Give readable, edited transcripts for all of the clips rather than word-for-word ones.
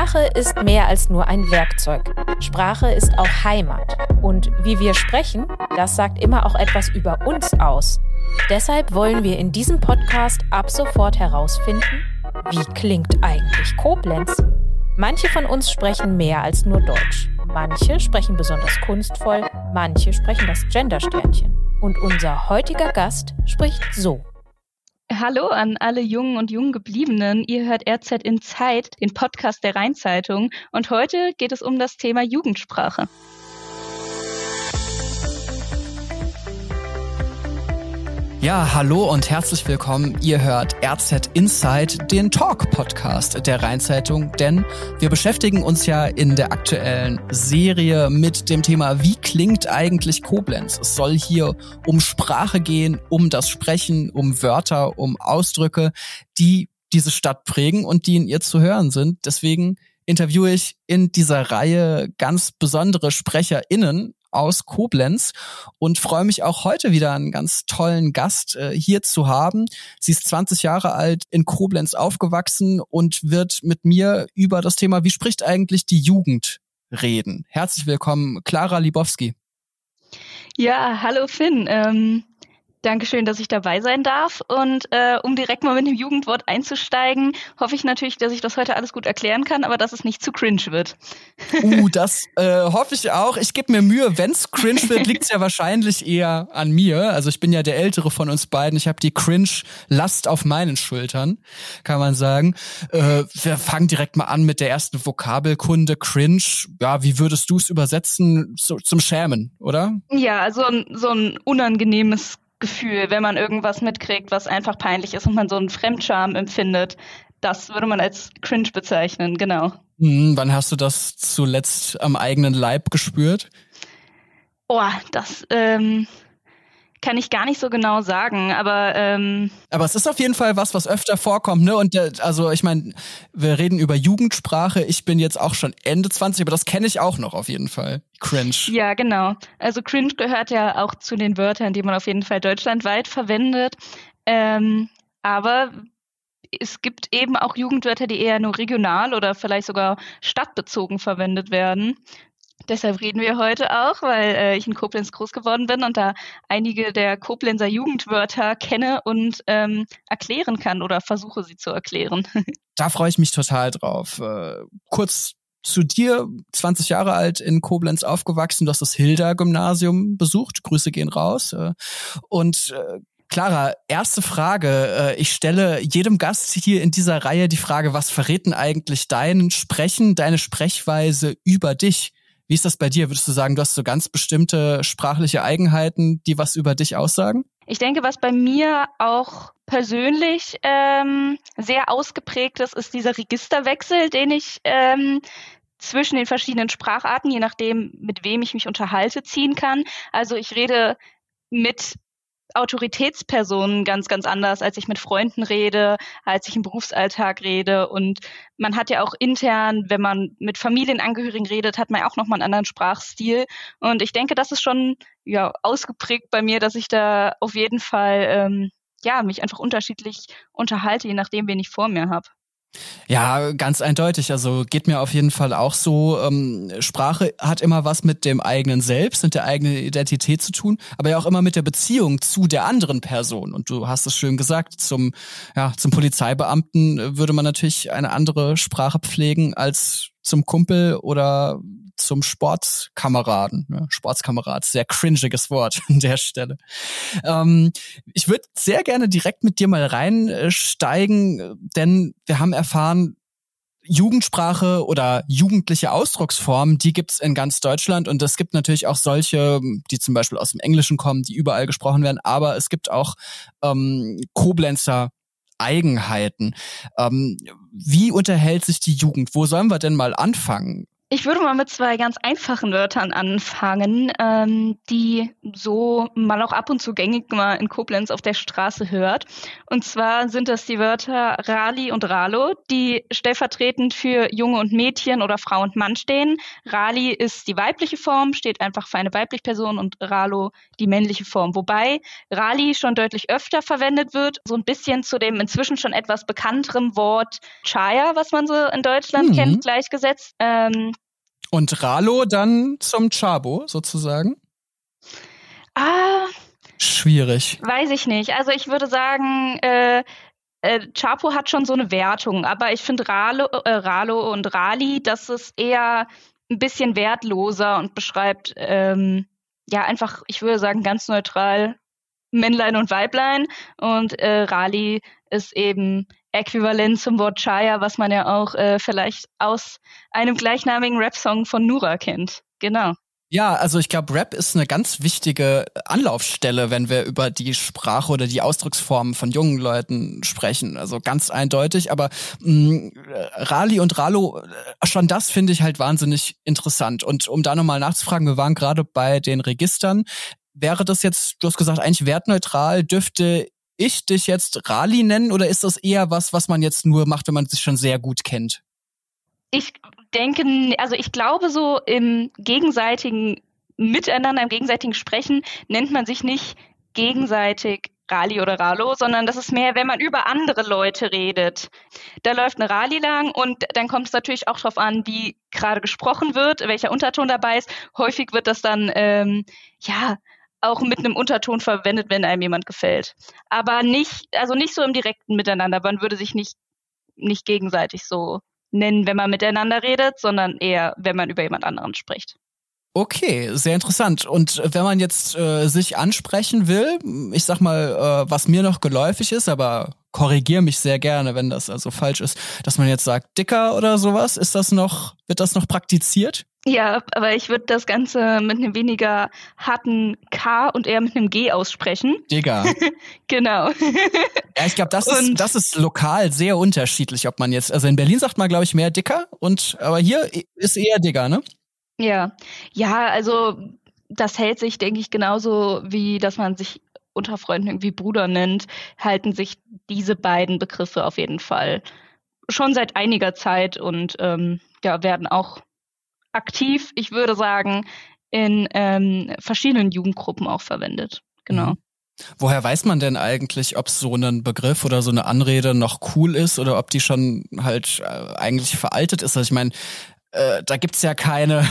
Sprache ist mehr als nur ein Werkzeug. Sprache ist auch Heimat. Und wie wir sprechen, das sagt immer auch etwas über uns aus. Deshalb wollen wir in diesem Podcast ab sofort herausfinden, wie klingt eigentlich Koblenz? Manche von uns sprechen mehr als nur Deutsch. Manche sprechen besonders kunstvoll, manche sprechen das Gendersternchen. Und unser heutiger Gast spricht so. Hallo an alle Jungen und Junggebliebenen. Ihr hört RZ in Zeit, den Podcast der Rheinzeitung. Und heute geht es um das Thema Jugendsprache. Ja, hallo und herzlich willkommen. Ihr hört RZ Inside, den Talk-Podcast der Rheinzeitung, denn wir beschäftigen uns ja in der aktuellen Serie mit dem Thema, wie klingt eigentlich Koblenz? Es soll hier um Sprache gehen, um das Sprechen, um Wörter, um Ausdrücke, die diese Stadt prägen und die in ihr zu hören sind. Deswegen interviewe ich in dieser Reihe ganz besondere SprecherInnen aus Koblenz und freue mich auch heute wieder einen ganz tollen Gast hier zu haben. Sie ist 20 Jahre alt, in Koblenz aufgewachsen und wird mit mir über das Thema, wie spricht eigentlich die Jugend, reden. Herzlich willkommen, Clara Liebowski. Ja, hallo Finn. Dankeschön, dass ich dabei sein darf. Und um direkt mal mit dem Jugendwort einzusteigen, hoffe ich natürlich, dass ich das heute alles gut erklären kann, aber dass es nicht zu cringe wird. Das hoffe ich auch. Ich gebe mir Mühe. Wenn es cringe wird, liegt es ja wahrscheinlich eher an mir. Also ich bin ja der Ältere von uns beiden. Ich habe die Cringe-Last auf meinen Schultern, kann man sagen. Wir fangen direkt mal an mit der ersten Vokabelkunde. Cringe. Ja, wie würdest du es übersetzen? Zum Schämen, oder? Ja, also so ein unangenehmes Gefühl, wenn man irgendwas mitkriegt, was einfach peinlich ist und man so einen Fremdscham empfindet. Das würde man als cringe bezeichnen, genau. Wann hast du das zuletzt am eigenen Leib gespürt? Das kann ich gar nicht so genau sagen, aber es ist auf jeden Fall was öfter vorkommt, ne? Und also ich meine, wir reden über Jugendsprache. Ich bin jetzt auch schon Ende 20, aber das kenne ich auch noch auf jeden Fall. Cringe. Ja, genau. Also cringe gehört ja auch zu den Wörtern, die man auf jeden Fall deutschlandweit verwendet. Aber es gibt eben auch Jugendwörter, die eher nur regional oder vielleicht sogar stadtbezogen verwendet werden. Deshalb reden wir heute auch, weil ich in Koblenz groß geworden bin und da einige der Koblenzer Jugendwörter kenne und erklären kann oder versuche sie zu erklären. Da freue ich mich total drauf. Kurz zu dir, 20 Jahre alt, in Koblenz aufgewachsen, du hast das Hilda-Gymnasium besucht, Grüße gehen raus. Und Clara, erste Frage. Ich stelle jedem Gast hier in dieser Reihe die Frage, was verrät denn eigentlich dein Sprechen, deine Sprechweise über dich? Wie ist das bei dir? Würdest du sagen, du hast so ganz bestimmte sprachliche Eigenheiten, die was über dich aussagen? Ich denke, was bei mir auch persönlich sehr ausgeprägt ist dieser Registerwechsel, den ich zwischen den verschiedenen Spracharten, je nachdem, mit wem ich mich unterhalte, ziehen kann. Also ich rede mit Autoritätspersonen ganz, ganz anders, als ich mit Freunden rede, als ich im Berufsalltag rede. Und man hat ja auch intern, wenn man mit Familienangehörigen redet, hat man ja auch nochmal einen anderen Sprachstil. Und ich denke, das ist schon ausgeprägt bei mir, dass ich da auf jeden Fall mich einfach unterschiedlich unterhalte, je nachdem, wen ich vor mir habe. Ja, ganz eindeutig. Also geht mir auf jeden Fall auch so. Sprache hat immer was mit dem eigenen Selbst, mit der eigenen Identität zu tun, aber ja auch immer mit der Beziehung zu der anderen Person. Und du hast es schön gesagt, zum Polizeibeamten würde man natürlich eine andere Sprache pflegen als zum Kumpel oder zum Sportkameraden. Ne? Sportskamerad, sehr cringiges Wort an der Stelle. Ich würde sehr gerne direkt mit dir mal reinsteigen, denn wir haben erfahren, Jugendsprache oder jugendliche Ausdrucksformen, die gibt's in ganz Deutschland und es gibt natürlich auch solche, die zum Beispiel aus dem Englischen kommen, die überall gesprochen werden, aber es gibt auch Koblenzer Eigenheiten. Wie unterhält sich die Jugend? Wo sollen wir denn mal anfangen? Ich würde mal mit 2 ganz einfachen Wörtern anfangen, die so mal auch ab und zu gängig mal in Koblenz auf der Straße hört. Und zwar sind das die Wörter Rali und Ralo, die stellvertretend für Junge und Mädchen oder Frau und Mann stehen. Rali ist die weibliche Form, steht einfach für eine weibliche Person, und Ralo die männliche Form. Wobei Rali schon deutlich öfter verwendet wird, so ein bisschen zu dem inzwischen schon etwas bekannteren Wort Chaya, was man so in Deutschland kennt, gleichgesetzt. Und Ralo dann zum Chabo sozusagen? Schwierig. Weiß ich nicht. Also ich würde sagen, Chapo hat schon so eine Wertung, aber ich finde Ralo und Rali, das ist eher ein bisschen wertloser und beschreibt einfach, ich würde sagen, ganz neutral Männlein und Weiblein, und Rali ist eben äquivalent zum Wort Chaya, was man ja auch vielleicht aus einem gleichnamigen Rap-Song von Nura kennt. Genau. Ja, also ich glaube, Rap ist eine ganz wichtige Anlaufstelle, wenn wir über die Sprache oder die Ausdrucksformen von jungen Leuten sprechen. Also ganz eindeutig, aber Rali und Ralo, schon das finde ich halt wahnsinnig interessant. Und um da nochmal nachzufragen, wir waren gerade bei den Registern. Wäre das jetzt, du hast gesagt, eigentlich wertneutral, dürfte ich dich jetzt Rali nennen, oder ist das eher was man jetzt nur macht, wenn man sich schon sehr gut kennt? Ich denke, also ich glaube, so im gegenseitigen Miteinander, im gegenseitigen Sprechen nennt man sich nicht gegenseitig Rali oder Ralo, sondern das ist mehr, wenn man über andere Leute redet. Da läuft eine Rali lang und dann kommt es natürlich auch darauf an, wie gerade gesprochen wird, welcher Unterton dabei ist. Häufig wird das dann, auch mit einem Unterton verwendet, wenn einem jemand gefällt. Aber nicht so im direkten Miteinander. Man würde sich nicht gegenseitig so nennen, wenn man miteinander redet, sondern eher, wenn man über jemand anderen spricht. Okay, sehr interessant. Und wenn man jetzt sich ansprechen will, ich sag mal, was mir noch geläufig ist, aber korrigiere mich sehr gerne, wenn das also falsch ist, dass man jetzt sagt, Dicker oder sowas, wird das noch praktiziert? Ja, aber ich würde das Ganze mit einem weniger harten K und eher mit einem G aussprechen. Digga. Genau. Ja, ich glaube, das ist lokal sehr unterschiedlich, ob man jetzt, also in Berlin sagt man, glaube ich, mehr Dicker, aber hier ist eher Digga, ne? Ja, also das hält sich, denke ich, genauso wie, dass man sich unter Freunden irgendwie Bruder nennt, halten sich diese beiden Begriffe auf jeden Fall schon seit einiger Zeit und werden auch aktiv, ich würde sagen, in verschiedenen Jugendgruppen auch verwendet. Genau. Woher weiß man denn eigentlich, ob so ein Begriff oder so eine Anrede noch cool ist oder ob die schon halt eigentlich veraltet ist? Also ich meine, da gibt's ja keine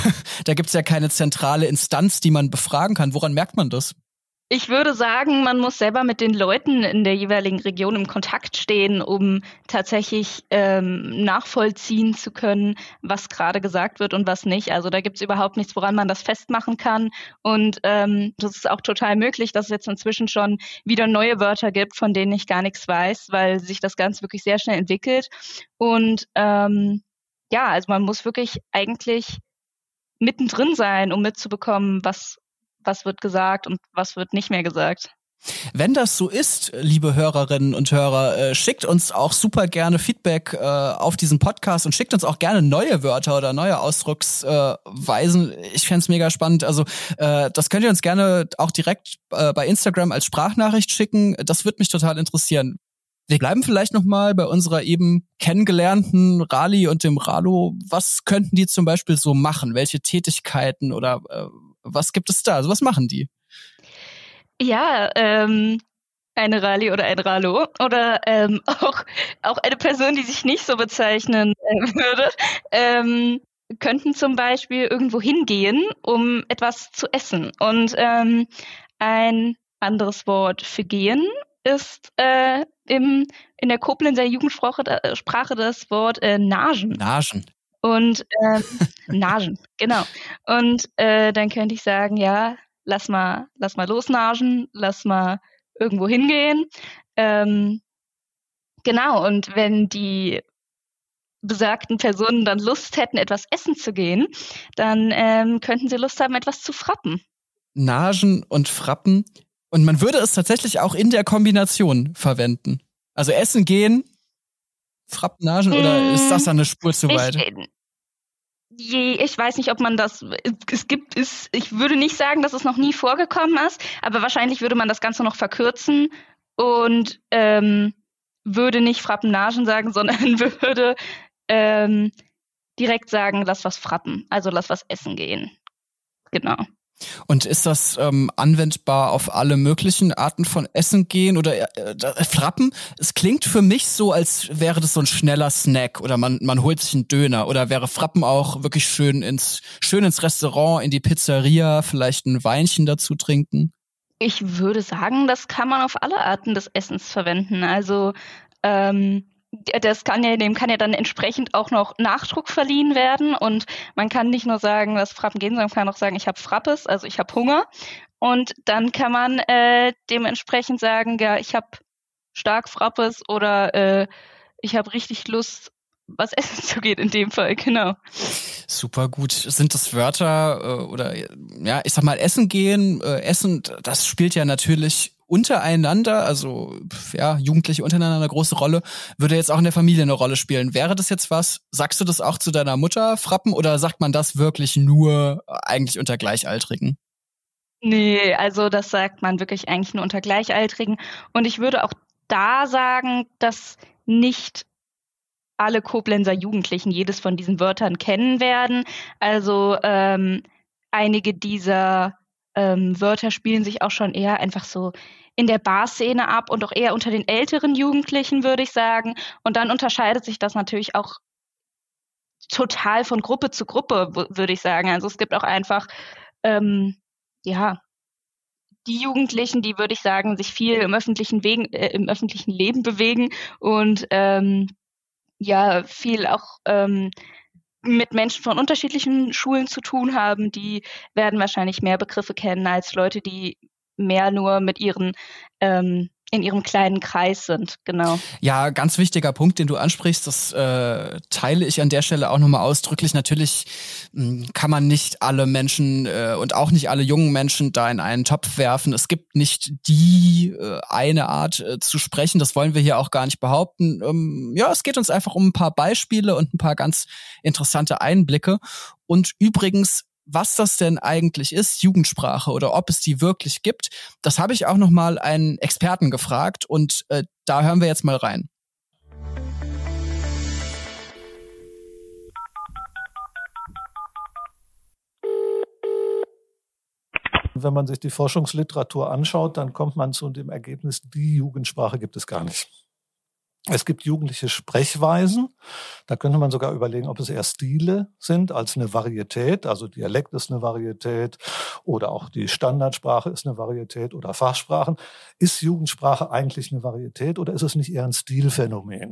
zentrale Instanz, die man befragen kann. Woran merkt man das? Ich würde sagen, man muss selber mit den Leuten in der jeweiligen Region im Kontakt stehen, um tatsächlich nachvollziehen zu können, was gerade gesagt wird und was nicht. Also da gibt's überhaupt nichts, woran man das festmachen kann. Und das ist auch total möglich, dass es jetzt inzwischen schon wieder neue Wörter gibt, von denen ich gar nichts weiß, weil sich das Ganze wirklich sehr schnell entwickelt. Und also man muss wirklich eigentlich mittendrin sein, um mitzubekommen, was wird gesagt und was wird nicht mehr gesagt. Wenn das so ist, liebe Hörerinnen und Hörer, schickt uns auch super gerne Feedback auf diesen Podcast und schickt uns auch gerne neue Wörter oder neue Ausdrucksweisen. Ich fänd's mega spannend. Also das könnt ihr uns gerne auch direkt bei Instagram als Sprachnachricht schicken. Das würde mich total interessieren. Wir bleiben vielleicht nochmal bei unserer eben kennengelernten Rali und dem Ralo. Was könnten die zum Beispiel so machen? Welche Tätigkeiten oder was gibt es da? Also was machen die? Ja, eine Rali oder ein Ralo oder auch eine Person, die sich nicht so bezeichnen würde, könnten zum Beispiel irgendwo hingehen, um etwas zu essen. Und ein anderes Wort für gehen ist in der Koblenzer Jugendsprache das Wort Nagen. Nagen. Und Nagen, genau. Und dann könnte ich sagen, ja, lass mal losnagen, lass mal irgendwo hingehen. Genau, und wenn die besagten Personen dann Lust hätten, etwas essen zu gehen, dann könnten sie Lust haben, etwas zu frappen. Nagen und frappen. Und man würde es tatsächlich auch in der Kombination verwenden. Also essen gehen, frappen, nagen, oder ist das dann eine Spur zu weit? Ich weiß nicht, ob man das, ich würde nicht sagen, dass es noch nie vorgekommen ist, aber wahrscheinlich würde man das Ganze noch verkürzen und würde nicht Frappenagen sagen, sondern würde direkt sagen, lass was frappen, also lass was essen gehen. Genau. Und ist das anwendbar auf alle möglichen Arten von Essen gehen oder Frappen? Es klingt für mich so, als wäre das so ein schneller Snack oder man holt sich einen Döner oder wäre Frappen auch wirklich schön ins Restaurant, in die Pizzeria, vielleicht ein Weinchen dazu trinken? Ich würde sagen, das kann man auf alle Arten des Essens verwenden. Also dem kann ja dann entsprechend auch noch Nachdruck verliehen werden und man kann nicht nur sagen, lass Frappen gehen, sondern man kann auch sagen, ich habe Frappes, also ich habe Hunger und dann kann man dementsprechend sagen, ja, ich habe stark Frappes oder ich habe richtig Lust, was essen zu gehen in dem Fall, genau. Super gut. Sind das Wörter oder ja, ich sag mal Essen gehen, Essen, das spielt ja natürlich untereinander, also ja, Jugendliche untereinander eine große Rolle, würde jetzt auch in der Familie eine Rolle spielen. Wäre das jetzt was, sagst du das auch zu deiner Mutter, Frappen, oder sagt man das wirklich nur eigentlich unter Gleichaltrigen? Nee, also das sagt man wirklich eigentlich nur unter Gleichaltrigen. Und ich würde auch da sagen, dass nicht alle Koblenzer Jugendlichen jedes von diesen Wörtern kennen werden. Also einige dieser Wörter spielen sich auch schon eher einfach so in der Barszene ab und auch eher unter den älteren Jugendlichen, würde ich sagen. Und dann unterscheidet sich das natürlich auch total von Gruppe zu Gruppe, würde ich sagen. Also es gibt auch einfach, die Jugendlichen, die, würde ich sagen, sich viel im öffentlichen Leben bewegen und viel auch mit Menschen von unterschiedlichen Schulen zu tun haben, die werden wahrscheinlich mehr Begriffe kennen als Leute, die mehr nur mit ihren in ihrem kleinen Kreis sind, genau. Ja, ganz wichtiger Punkt, den du ansprichst, das teile ich an der Stelle auch nochmal ausdrücklich. Natürlich kann man nicht alle Menschen und auch nicht alle jungen Menschen da in einen Topf werfen. Es gibt nicht die eine Art zu sprechen, das wollen wir hier auch gar nicht behaupten. Es geht uns einfach um ein paar Beispiele und ein paar ganz interessante Einblicke. Und übrigens, was das denn eigentlich ist, Jugendsprache, oder ob es die wirklich gibt, das habe ich auch noch mal einen Experten gefragt und da hören wir jetzt mal rein. Wenn man sich die Forschungsliteratur anschaut, dann kommt man zu dem Ergebnis, die Jugendsprache gibt es gar nicht. Es gibt jugendliche Sprechweisen. Da könnte man sogar überlegen, ob es eher Stile sind als eine Varietät. Also Dialekt ist eine Varietät oder auch die Standardsprache ist eine Varietät oder Fachsprachen. Ist Jugendsprache eigentlich eine Varietät oder ist es nicht eher ein Stilphänomen?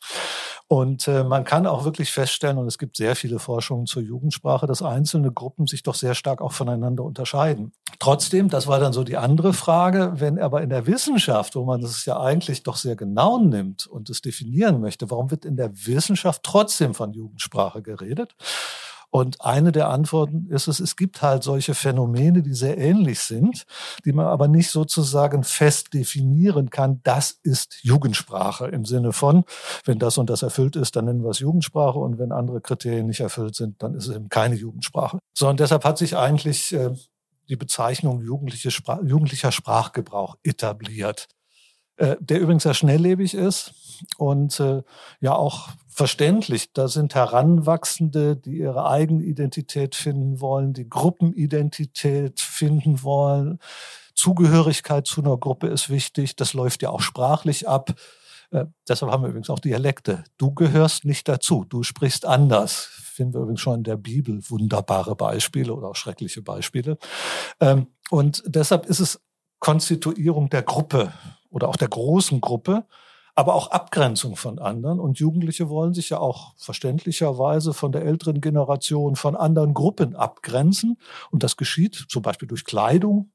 Und man kann auch wirklich feststellen, und es gibt sehr viele Forschungen zur Jugendsprache, dass einzelne Gruppen sich doch sehr stark auch voneinander unterscheiden. Trotzdem, das war dann so die andere Frage, wenn aber in der Wissenschaft, wo man es ja eigentlich doch sehr genau nimmt und es definieren möchte, warum wird in der Wissenschaft trotzdem von Jugendsprache geredet? Und eine der Antworten ist es gibt halt solche Phänomene, die sehr ähnlich sind, die man aber nicht sozusagen fest definieren kann. Das ist Jugendsprache im Sinne von, wenn das und das erfüllt ist, dann nennen wir es Jugendsprache und wenn andere Kriterien nicht erfüllt sind, dann ist es eben keine Jugendsprache. So, und deshalb hat sich eigentlich die Bezeichnung jugendlicher Sprachgebrauch etabliert, der übrigens sehr schnelllebig ist und auch verständlich. Da sind Heranwachsende, die ihre eigene Identität finden wollen, die Gruppenidentität finden wollen. Zugehörigkeit zu einer Gruppe ist wichtig. Das läuft ja auch sprachlich ab. Deshalb haben wir übrigens auch Dialekte. Du gehörst nicht dazu, du sprichst anders. Finden wir übrigens schon in der Bibel wunderbare Beispiele oder auch schreckliche Beispiele. Und deshalb ist es Konstituierung der Gruppe oder auch der großen Gruppe, aber auch Abgrenzung von anderen. Und Jugendliche wollen sich ja auch verständlicherweise von der älteren Generation, von anderen Gruppen abgrenzen. Und das geschieht zum Beispiel durch Kleidung,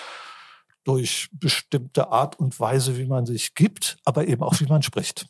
durch bestimmte Art und Weise, wie man sich gibt, aber eben auch, wie man spricht.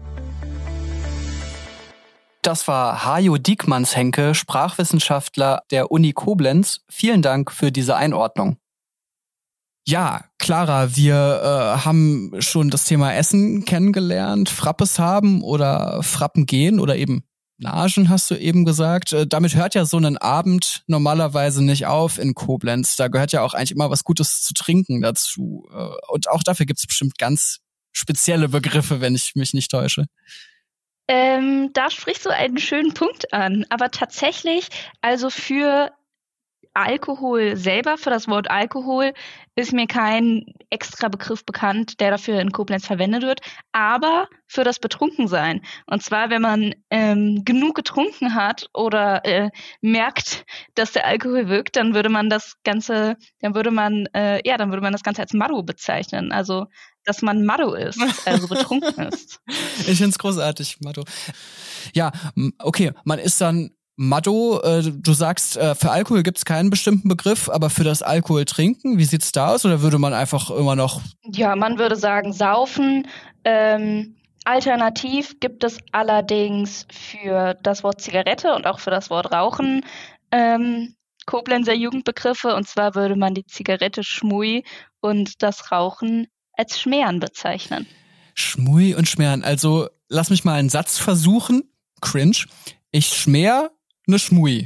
Das war Hajo Diekmanns-Henke, Sprachwissenschaftler der Uni Koblenz. Vielen Dank für diese Einordnung. Ja, Clara, wir haben schon das Thema Essen kennengelernt, Frappes haben oder Frappen gehen oder eben Nagen, hast du eben gesagt. Damit hört ja so ein Abend normalerweise nicht auf in Koblenz. Da gehört ja auch eigentlich immer was Gutes zu trinken dazu. Und auch dafür gibt es bestimmt ganz spezielle Begriffe, wenn ich mich nicht täusche. Da sprichst du einen schönen Punkt an. Aber tatsächlich, also für Alkohol selber, für das Wort Alkohol, ist mir kein extra Begriff bekannt, der dafür in Koblenz verwendet wird, aber für das Betrunkensein. Und zwar, wenn man genug getrunken hat oder merkt, dass der Alkohol wirkt, dann würde man das Ganze als Maddo bezeichnen. Also, dass man Maddo ist, also betrunken ist. Ich find's großartig, Maddo. Ja, okay, man ist dann Maddo, du sagst, für Alkohol gibt's keinen bestimmten Begriff, aber für das Alkohol trinken, wie sieht's da aus? Oder würde man einfach immer noch... Ja, man würde sagen saufen. Alternativ gibt es allerdings für das Wort Zigarette und auch für das Wort Rauchen Koblenzer Jugendbegriffe. Und zwar würde man die Zigarette Schmui und das Rauchen als Schmären bezeichnen. Schmui und Schmären. Also lass mich mal einen Satz versuchen. Cringe. Ich schmäher eine Schmui.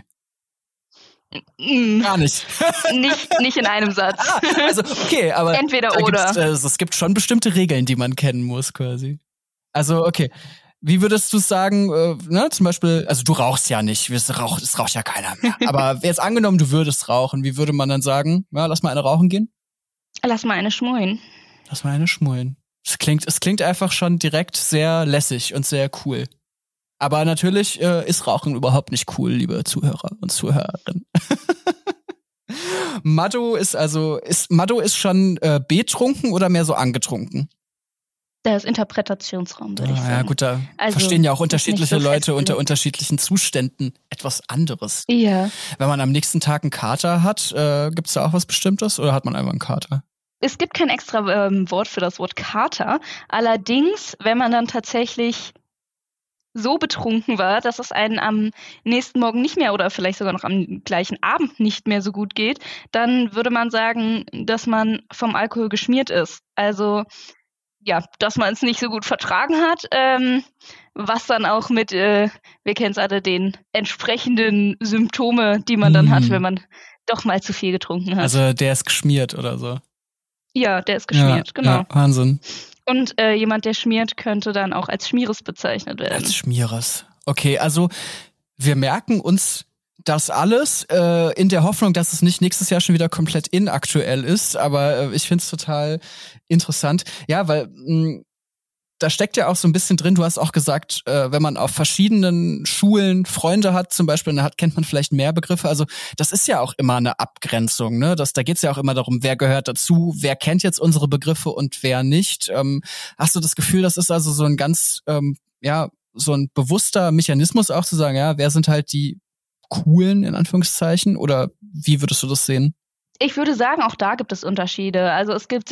Gar nicht. nicht in einem Satz. Also okay, aber entweder oder. Es gibt schon bestimmte Regeln, die man kennen muss quasi. Also okay. Wie würdest du sagen, zum Beispiel, also du rauchst ja nicht, es raucht ja keiner mehr. Aber jetzt angenommen, du würdest rauchen, wie würde man dann sagen, ja, lass mal eine rauchen gehen? Lass mal eine schmuen. Lass mal eine schmuen. Es klingt einfach schon direkt sehr lässig und sehr cool. Aber natürlich ist Rauchen überhaupt nicht cool, liebe Zuhörer und Zuhörerinnen. Maddo ist schon betrunken oder mehr so angetrunken? Der ist Interpretationsraum, würde ich sagen. Ja gut, da verstehen ja auch unterschiedliche Leute unter unterschiedlichen Zuständen etwas anderes. Ja. Wenn man am nächsten Tag einen Kater hat, gibt's da auch was Bestimmtes oder hat man einfach einen Kater? Es gibt kein extra Wort für das Wort Kater. Allerdings, wenn man dann tatsächlich so betrunken war, dass es einen am nächsten Morgen nicht mehr oder vielleicht sogar noch am gleichen Abend nicht mehr so gut geht, dann würde man sagen, dass man vom Alkohol geschmiert ist. Also ja, dass man es nicht so gut vertragen hat, was dann auch mit, wir kennen es alle, den entsprechenden Symptome, die man dann hat, wenn man doch mal zu viel getrunken hat. Also der ist geschmiert oder so? Ja, der ist geschmiert, genau. Ja, Wahnsinn. Und jemand, der schmiert, könnte dann auch als Schmieres bezeichnet werden. Als Schmieres. Okay, also wir merken uns das alles in der Hoffnung, dass es nicht nächstes Jahr schon wieder komplett inaktuell ist. Aber ich find's total interessant. Ja, weil da steckt ja auch so ein bisschen drin, du hast auch gesagt, wenn man auf verschiedenen Schulen Freunde hat, zum Beispiel, kennt man vielleicht mehr Begriffe. Also das ist ja auch immer eine Abgrenzung, ne? Da geht's ja auch immer darum, wer gehört dazu, wer kennt jetzt unsere Begriffe und wer nicht. Hast du das Gefühl, das ist also so ein ganz, so ein bewusster Mechanismus auch zu sagen, ja, wer sind halt die coolen, in Anführungszeichen? Oder wie würdest du das sehen? Ich würde sagen, auch da gibt es Unterschiede. Also es gibt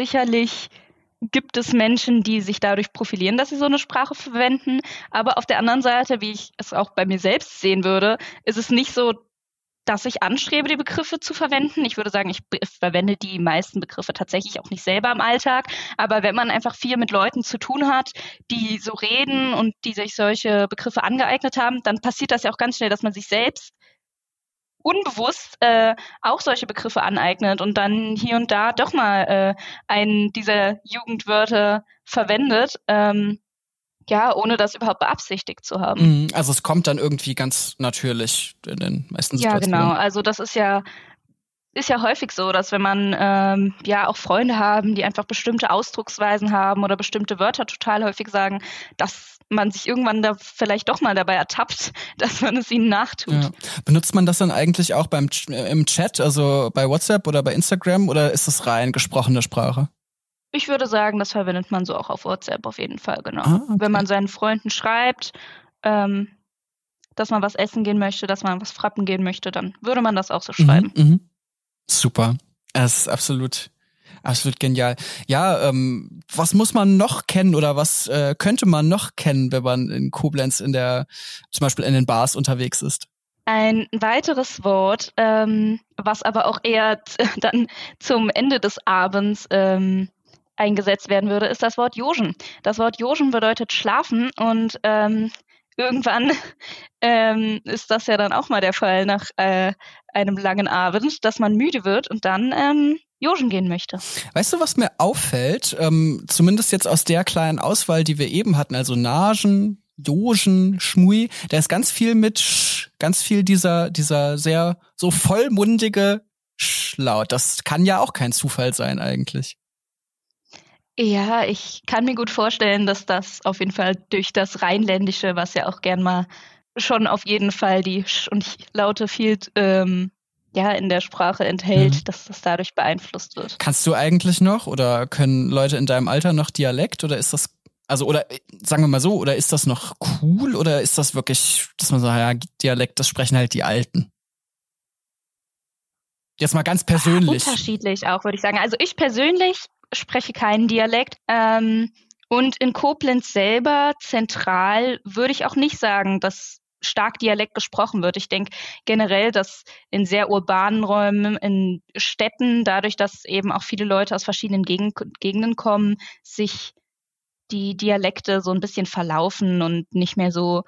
Menschen, die sich dadurch profilieren, dass sie so eine Sprache verwenden. Aber auf der anderen Seite, wie ich es auch bei mir selbst sehen würde, ist es nicht so, dass ich anstrebe, die Begriffe zu verwenden. Ich würde sagen, ich verwende die meisten Begriffe tatsächlich auch nicht selber im Alltag. Aber wenn man einfach viel mit Leuten zu tun hat, die so reden und die sich solche Begriffe angeeignet haben, dann passiert das ja auch ganz schnell, dass man sich selbst unbewusst auch solche Begriffe aneignet und dann hier und da doch mal einen dieser Jugendwörter verwendet, ohne das überhaupt beabsichtigt zu haben. Also es kommt dann irgendwie ganz natürlich in den meisten Situationen. Ja, genau. Also das ist ja häufig so, dass wenn man auch Freunde haben, die einfach bestimmte Ausdrucksweisen haben oder bestimmte Wörter total häufig sagen, dass man sich irgendwann da vielleicht doch mal dabei ertappt, dass man es ihnen nachtut. Ja. Benutzt man das dann eigentlich auch im Chat, also bei WhatsApp oder bei Instagram, oder ist das rein gesprochene Sprache? Ich würde sagen, das verwendet man so auch auf WhatsApp auf jeden Fall, genau. Okay. Wenn man seinen Freunden schreibt, dass man was essen gehen möchte, dass man was frappen gehen möchte, dann würde man das auch so schreiben. Super. Es ist absolut genial. Ja, was muss man noch kennen oder was könnte man noch kennen, wenn man in Koblenz zum Beispiel in den Bars unterwegs ist? Ein weiteres Wort, was aber auch eher dann zum Ende des Abends eingesetzt werden würde, ist das Wort Joschen. Das Wort Joschen bedeutet schlafen und irgendwann ist das ja dann auch mal der Fall nach einem langen Abend, dass man müde wird und dann joschen gehen möchte. Weißt du, was mir auffällt? Zumindest jetzt aus der kleinen Auswahl, die wir eben hatten, also Nagen, Joschen, Schmui, da ist ganz viel mit Sch, ganz viel dieser sehr so vollmundige Sch-Laut. Das kann ja auch kein Zufall sein eigentlich. Ja, ich kann mir gut vorstellen, dass das auf jeden Fall durch das Rheinländische, was ja auch gern mal schon auf jeden Fall die Sch- und Laute viel in der Sprache enthält, dass das dadurch beeinflusst wird. Kannst du eigentlich noch oder können Leute in deinem Alter noch Dialekt oder ist das, also oder sagen wir mal so, oder ist das noch cool oder ist das wirklich, dass man sagt, ja, Dialekt, das sprechen halt die Alten? Jetzt mal ganz persönlich. Unterschiedlich auch, würde ich sagen. Also ich persönlich spreche keinen Dialekt. Und in Koblenz selber, zentral, würde ich auch nicht sagen, dass stark Dialekt gesprochen wird. Ich denke generell, dass in sehr urbanen Räumen, in Städten, dadurch, dass eben auch viele Leute aus verschiedenen Gegenden kommen, sich die Dialekte so ein bisschen verlaufen und nicht mehr so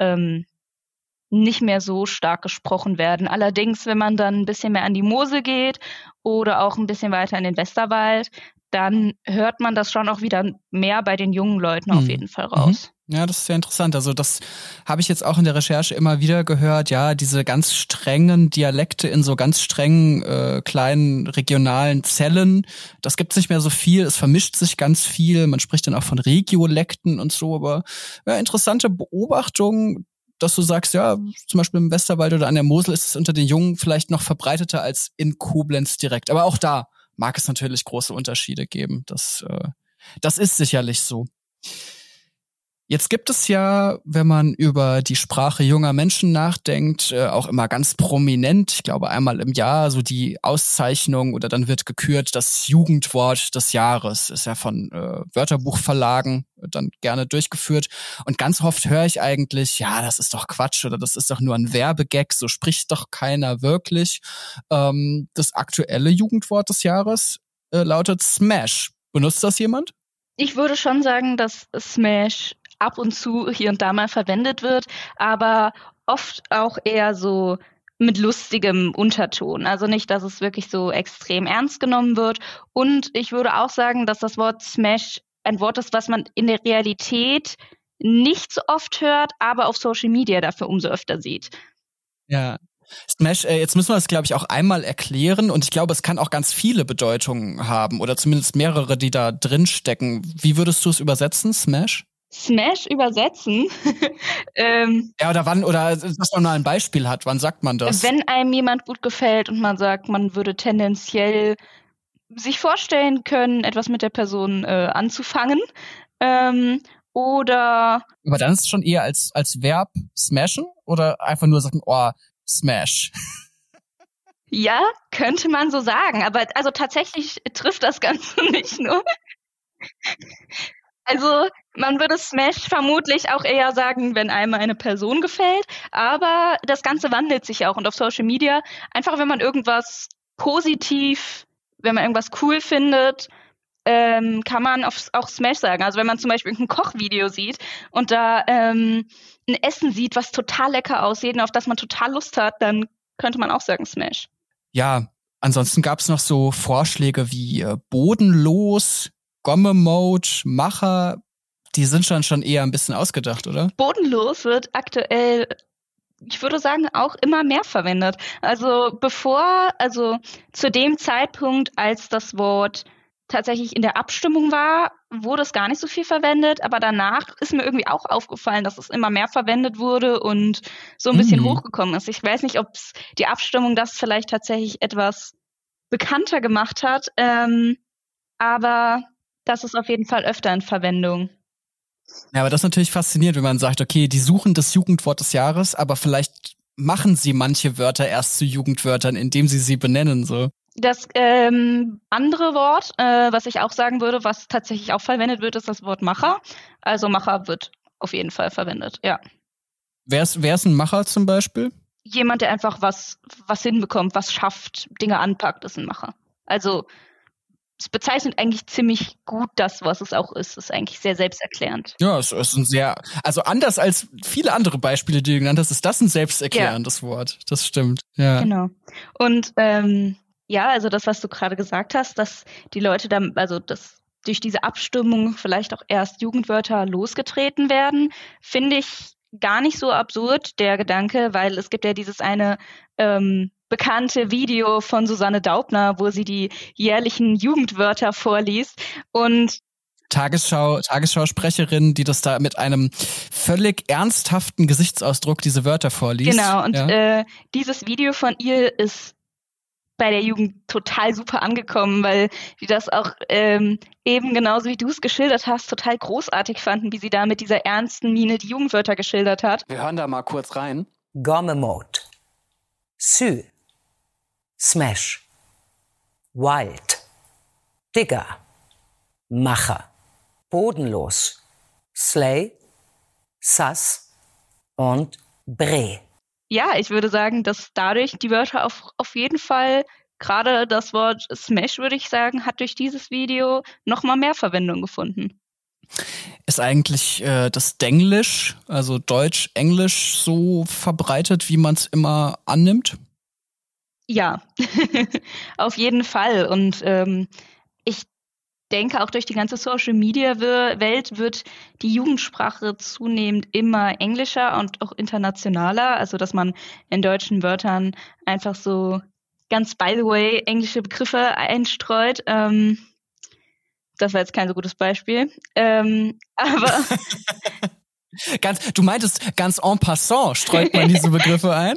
stark gesprochen werden. Allerdings, wenn man dann ein bisschen mehr an die Mosel geht oder auch ein bisschen weiter in den Westerwald, dann hört man das schon auch wieder mehr bei den jungen Leuten auf jeden Fall raus. Ja, das ist sehr interessant. Also das habe ich jetzt auch in der Recherche immer wieder gehört. Ja, diese ganz strengen Dialekte in so ganz strengen kleinen regionalen Zellen, das gibt's nicht mehr so viel. Es vermischt sich ganz viel. Man spricht dann auch von Regiolekten und so. Aber ja, interessante Beobachtung, dass du sagst, ja, zum Beispiel im Westerwald oder an der Mosel ist es unter den Jungen vielleicht noch verbreiteter als in Koblenz direkt. Aber auch da mag es natürlich große Unterschiede geben. Das ist sicherlich so. Jetzt gibt es ja, wenn man über die Sprache junger Menschen nachdenkt, auch immer ganz prominent, ich glaube einmal im Jahr, so die Auszeichnung oder dann wird gekürt, das Jugendwort des Jahres. Ist ja von Wörterbuchverlagen dann gerne durchgeführt. Und ganz oft höre ich eigentlich, ja, das ist doch Quatsch oder das ist doch nur ein Werbegag, so spricht doch keiner wirklich. Das aktuelle Jugendwort des Jahres lautet Smash. Benutzt das jemand? Ich würde schon sagen, dass Smash ab und zu hier und da mal verwendet wird, aber oft auch eher so mit lustigem Unterton. Also nicht, dass es wirklich so extrem ernst genommen wird. Und ich würde auch sagen, dass das Wort Smash ein Wort ist, was man in der Realität nicht so oft hört, aber auf Social Media dafür umso öfter sieht. Ja. Smash, jetzt müssen wir das, glaube ich, auch einmal erklären und ich glaube, es kann auch ganz viele Bedeutungen haben oder zumindest mehrere, die da drin stecken. Wie würdest du es übersetzen, Smash? Smash übersetzen? Ja, oder wann, oder dass man mal ein Beispiel hat, wann sagt man das? Wenn einem jemand gut gefällt und man sagt, man würde tendenziell sich vorstellen können, etwas mit der Person anzufangen, oder... Aber dann ist es schon eher als Verb smashen oder einfach nur sagen, oh, Smash. Ja, könnte man so sagen, aber also tatsächlich trifft das Ganze nicht nur. Also man würde Smash vermutlich auch eher sagen, wenn einem eine Person gefällt, aber das Ganze wandelt sich auch und auf Social Media, einfach wenn man irgendwas positiv, wenn man irgendwas cool findet, kann man auch Smash sagen. Also wenn man zum Beispiel irgendein Kochvideo sieht und da ein Essen sieht, was total lecker aussieht und auf das man total Lust hat, dann könnte man auch sagen Smash. Ja, ansonsten gab es noch so Vorschläge wie Bodenlos, Gomme-Mode, Macher. Die sind schon eher ein bisschen ausgedacht, oder? Bodenlos wird aktuell, ich würde sagen, auch immer mehr verwendet. Also zu dem Zeitpunkt, als das Wort tatsächlich in der Abstimmung war, wurde es gar nicht so viel verwendet, aber danach ist mir irgendwie auch aufgefallen, dass es immer mehr verwendet wurde und so ein bisschen hochgekommen ist. Ich weiß nicht, ob die Abstimmung das vielleicht tatsächlich etwas bekannter gemacht hat, aber das ist auf jeden Fall öfter in Verwendung. Ja, aber das ist natürlich faszinierend, wenn man sagt, okay, die suchen das Jugendwort des Jahres, aber vielleicht machen sie manche Wörter erst zu Jugendwörtern, indem sie benennen, so. Das andere Wort, was ich auch sagen würde, was tatsächlich auch verwendet wird, ist das Wort Macher. Also Macher wird auf jeden Fall verwendet, ja. Wer ist ein Macher zum Beispiel? Jemand, der einfach was hinbekommt, was schafft, Dinge anpackt, ist ein Macher. Also es bezeichnet eigentlich ziemlich gut das, was es auch ist. Es ist eigentlich sehr selbsterklärend. Ja, es ist ein sehr, also anders als viele andere Beispiele, die du genannt hast, ist das ein selbsterklärendes Wort. Das stimmt. Ja. Genau. Und also das, was du gerade gesagt hast, dass die Leute dann, also dass durch diese Abstimmung vielleicht auch erst Jugendwörter losgetreten werden, finde ich gar nicht so absurd, der Gedanke, weil es gibt ja dieses eine bekannte Video von Susanne Daubner, wo sie die jährlichen Jugendwörter vorliest und Tagesschausprecherin, die das da mit einem völlig ernsthaften Gesichtsausdruck diese Wörter vorliest. Genau, und dieses Video von ihr ist bei der Jugend total super angekommen, weil die das auch eben genauso wie du es geschildert hast, total großartig fanden, wie sie da mit dieser ernsten Miene die Jugendwörter geschildert hat. Wir hören da mal kurz rein. Gommemot, Sü, Smash, Wild, Digger, Macher, Bodenlos, Slay, Sass und Bre. Ja, ich würde sagen, dass dadurch die Wörter auf jeden Fall, gerade das Wort Smash, würde ich sagen, hat durch dieses Video nochmal mehr Verwendung gefunden. Ist eigentlich das Denglisch, also Deutsch-Englisch, so verbreitet, wie man es immer annimmt? Ja, auf jeden Fall. Und ich denke, auch durch die ganze Social-Media-Welt wird die Jugendsprache zunehmend immer englischer und auch internationaler. Also, dass man in deutschen Wörtern einfach so ganz by the way englische Begriffe einstreut. Das war jetzt kein so gutes Beispiel. Aber du meintest, ganz en passant streut man diese Begriffe ein?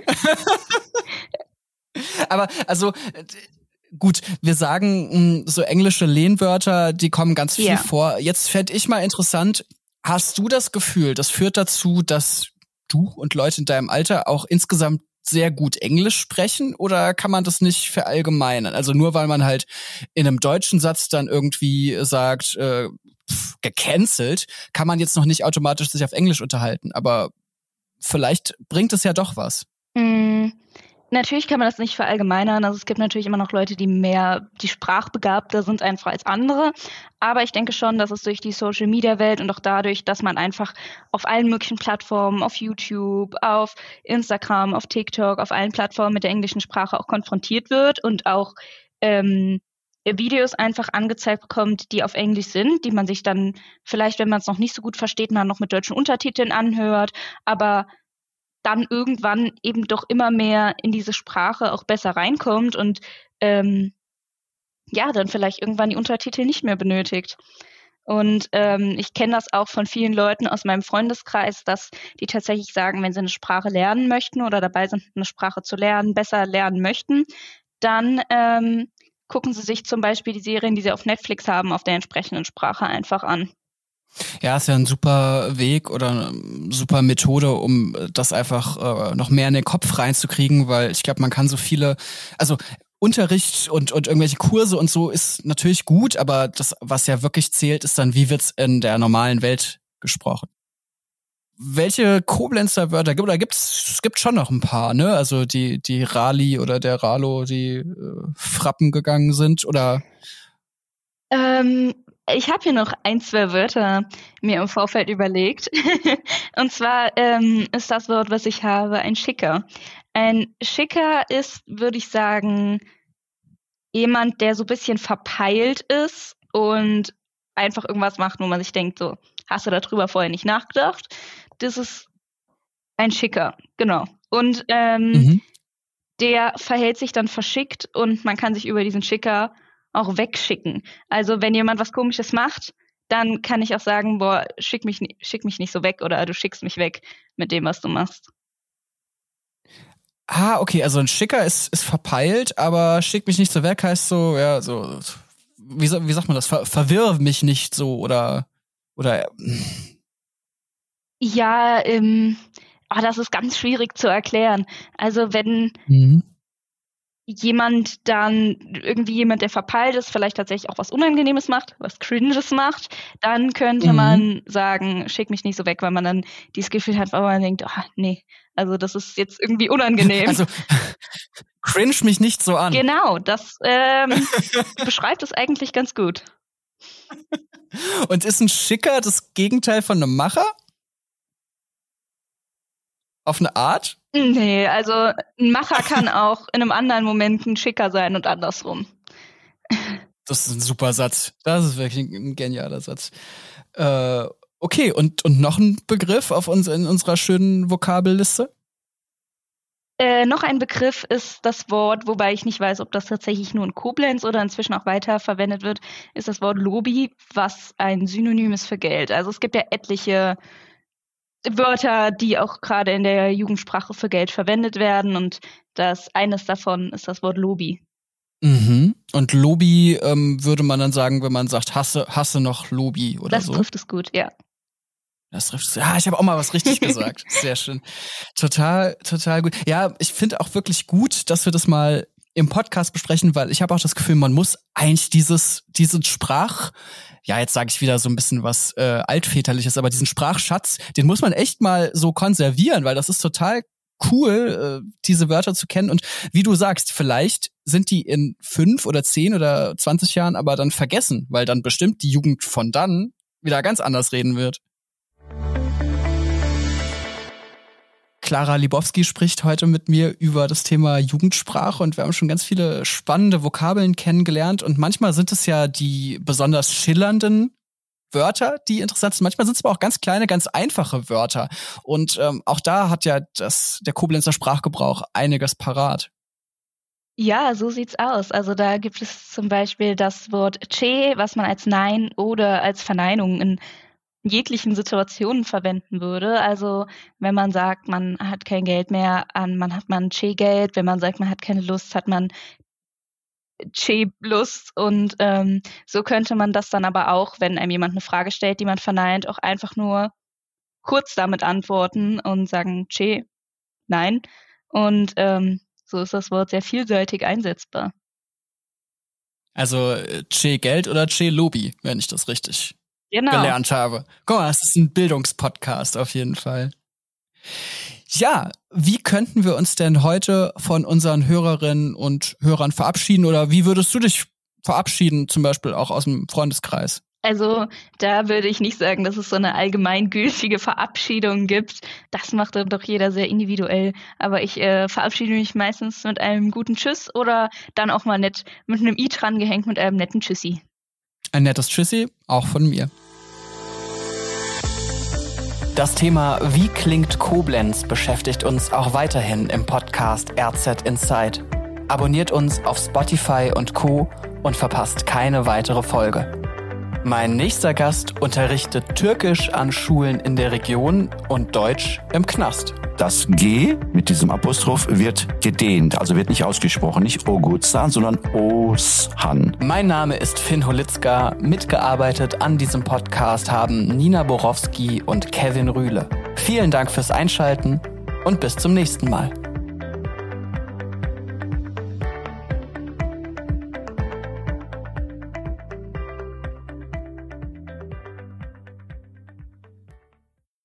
Aber also gut, wir sagen so englische Lehnwörter, die kommen ganz viel vor. Jetzt fände ich mal interessant, hast du das Gefühl, das führt dazu, dass du und Leute in deinem Alter auch insgesamt sehr gut Englisch sprechen, oder kann man das nicht verallgemeinern? Also nur weil man halt in einem deutschen Satz dann irgendwie sagt, gecancelt, kann man jetzt noch nicht automatisch sich auf Englisch unterhalten, aber vielleicht bringt es ja doch was. Natürlich kann man das nicht verallgemeinern. Also es gibt natürlich immer noch Leute, die sprachbegabter sind einfach als andere. Aber ich denke schon, dass es durch die Social-Media-Welt und auch dadurch, dass man einfach auf allen möglichen Plattformen, auf YouTube, auf Instagram, auf TikTok, auf allen Plattformen mit der englischen Sprache auch konfrontiert wird und auch Videos einfach angezeigt bekommt, die auf Englisch sind, die man sich dann vielleicht, wenn man es noch nicht so gut versteht, mal noch mit deutschen Untertiteln anhört, aber dann irgendwann eben doch immer mehr in diese Sprache auch besser reinkommt und dann vielleicht irgendwann die Untertitel nicht mehr benötigt. Und ich kenne das auch von vielen Leuten aus meinem Freundeskreis, dass die tatsächlich sagen, wenn sie eine Sprache lernen möchten oder dabei sind, eine Sprache zu lernen, besser lernen möchten, dann gucken sie sich zum Beispiel die Serien, die sie auf Netflix haben, auf der entsprechenden Sprache einfach an. Ja, ist ja ein super Weg oder eine super Methode, um das einfach noch mehr in den Kopf reinzukriegen, weil ich glaube, man kann so viele, also Unterricht und irgendwelche Kurse und so ist natürlich gut, aber das, was ja wirklich zählt, ist dann, wie wird's in der normalen Welt gesprochen. Welche Koblenzer Wörter es gibt schon noch ein paar, ne? Also die Rali oder der Ralo, die Frappen gegangen sind, oder? Ich habe hier noch 1, 2 Wörter mir im Vorfeld überlegt. Und zwar ist das Wort, was ich habe, ein Schicker. Ein Schicker ist, würde ich sagen, jemand, der so ein bisschen verpeilt ist und einfach irgendwas macht, wo man sich denkt, so, hast du darüber vorher nicht nachgedacht? Das ist ein Schicker, genau. Und der verhält sich dann verschickt und man kann sich über diesen Schicker auch wegschicken. Also wenn jemand was Komisches macht, dann kann ich auch sagen, boah, schick mich nicht so weg, oder du schickst mich weg mit dem, was du machst. Ah, okay, also ein Schicker ist verpeilt, aber schick mich nicht so weg heißt so, ja, so, wie sagt man das? Verwirr mich nicht so, oder Ja, das ist ganz schwierig zu erklären. Also wenn jemand der verpeilt ist, vielleicht tatsächlich auch was Unangenehmes macht, was Cringes macht, dann könnte man sagen, schick mich nicht so weg, weil man dann dieses Gefühl hat, weil man denkt, nee, also das ist jetzt irgendwie unangenehm. Also Cringe mich nicht so an. Genau, das beschreibt es eigentlich ganz gut. Und ist ein Schicker das Gegenteil von einem Macher? Auf eine Art? Nee, also ein Macher kann auch in einem anderen Moment ein Schicker sein und andersrum. Das ist ein super Satz. Das ist wirklich ein genialer Satz. Okay, und noch ein Begriff in unserer schönen Vokabelliste? Noch ein Begriff ist das Wort, wobei ich nicht weiß, ob das tatsächlich nur in Koblenz oder inzwischen auch weiter verwendet wird, ist das Wort Lobi, was ein Synonym ist für Geld. Also es gibt ja etliche Wörter, die auch gerade in der Jugendsprache für Geld verwendet werden und eines davon ist das Wort Lobi. Mhm. Und Lobi würde man dann sagen, wenn man sagt, hasse noch Lobi oder so? Das trifft es gut, ja. Das trifft es. Ja, ich habe auch mal was richtig gesagt. Sehr schön. Total gut. Ja, ich finde auch wirklich gut, dass wir das mal im Podcast besprechen, weil ich habe auch das Gefühl, man muss eigentlich diesen Sprach, ja, jetzt sage ich wieder so ein bisschen was altväterliches, aber diesen Sprachschatz, den muss man echt mal so konservieren, weil das ist total cool, diese Wörter zu kennen. Und wie du sagst, vielleicht sind die in 5 oder 10 oder 20 Jahren aber dann vergessen, weil dann bestimmt die Jugend von dann wieder ganz anders reden wird. Clara Libowski spricht heute mit mir über das Thema Jugendsprache und wir haben schon ganz viele spannende Vokabeln kennengelernt und manchmal sind es ja die besonders schillernden Wörter, die interessant sind. Manchmal sind es aber auch ganz kleine, ganz einfache Wörter und auch da hat ja der Koblenzer Sprachgebrauch einiges parat. Ja, so sieht's aus. Also da gibt es zum Beispiel das Wort che, was man als Nein oder als Verneinung in jeglichen Situationen verwenden würde. Also wenn man sagt, man hat kein Geld mehr, hat man che-Geld. Wenn man sagt, man hat keine Lust, hat man che-Lust. Und so könnte man das dann aber auch, wenn einem jemand eine Frage stellt, die man verneint, auch einfach nur kurz damit antworten und sagen che, nein. Und so ist das Wort sehr vielseitig einsetzbar. Also che-Geld oder che-Lobi, wenn ich das richtig gelernt habe. Guck mal, das ist ein Bildungspodcast auf jeden Fall. Ja, wie könnten wir uns denn heute von unseren Hörerinnen und Hörern verabschieden oder wie würdest du dich verabschieden, zum Beispiel auch aus dem Freundeskreis? Also da würde ich nicht sagen, dass es so eine allgemeingültige Verabschiedung gibt. Das macht dann doch jeder sehr individuell. Aber ich verabschiede mich meistens mit einem guten Tschüss oder dann auch mal nett mit einem i dran gehängt mit einem netten Tschüssi. Ein nettes Tschüssi, auch von mir. Das Thema Wie klingt Koblenz beschäftigt uns auch weiterhin im Podcast RZ Inside. Abonniert uns auf Spotify und Co. und verpasst keine weitere Folge. Mein nächster Gast unterrichtet Türkisch an Schulen in der Region und Deutsch im Knast. Das G mit diesem Apostroph wird gedehnt, also wird nicht ausgesprochen, nicht Oguzhan, sondern Oshan. Mein Name ist Finn Holitzka. Mitgearbeitet an diesem Podcast haben Nina Borowski und Kevin Rühle. Vielen Dank fürs Einschalten und bis zum nächsten Mal.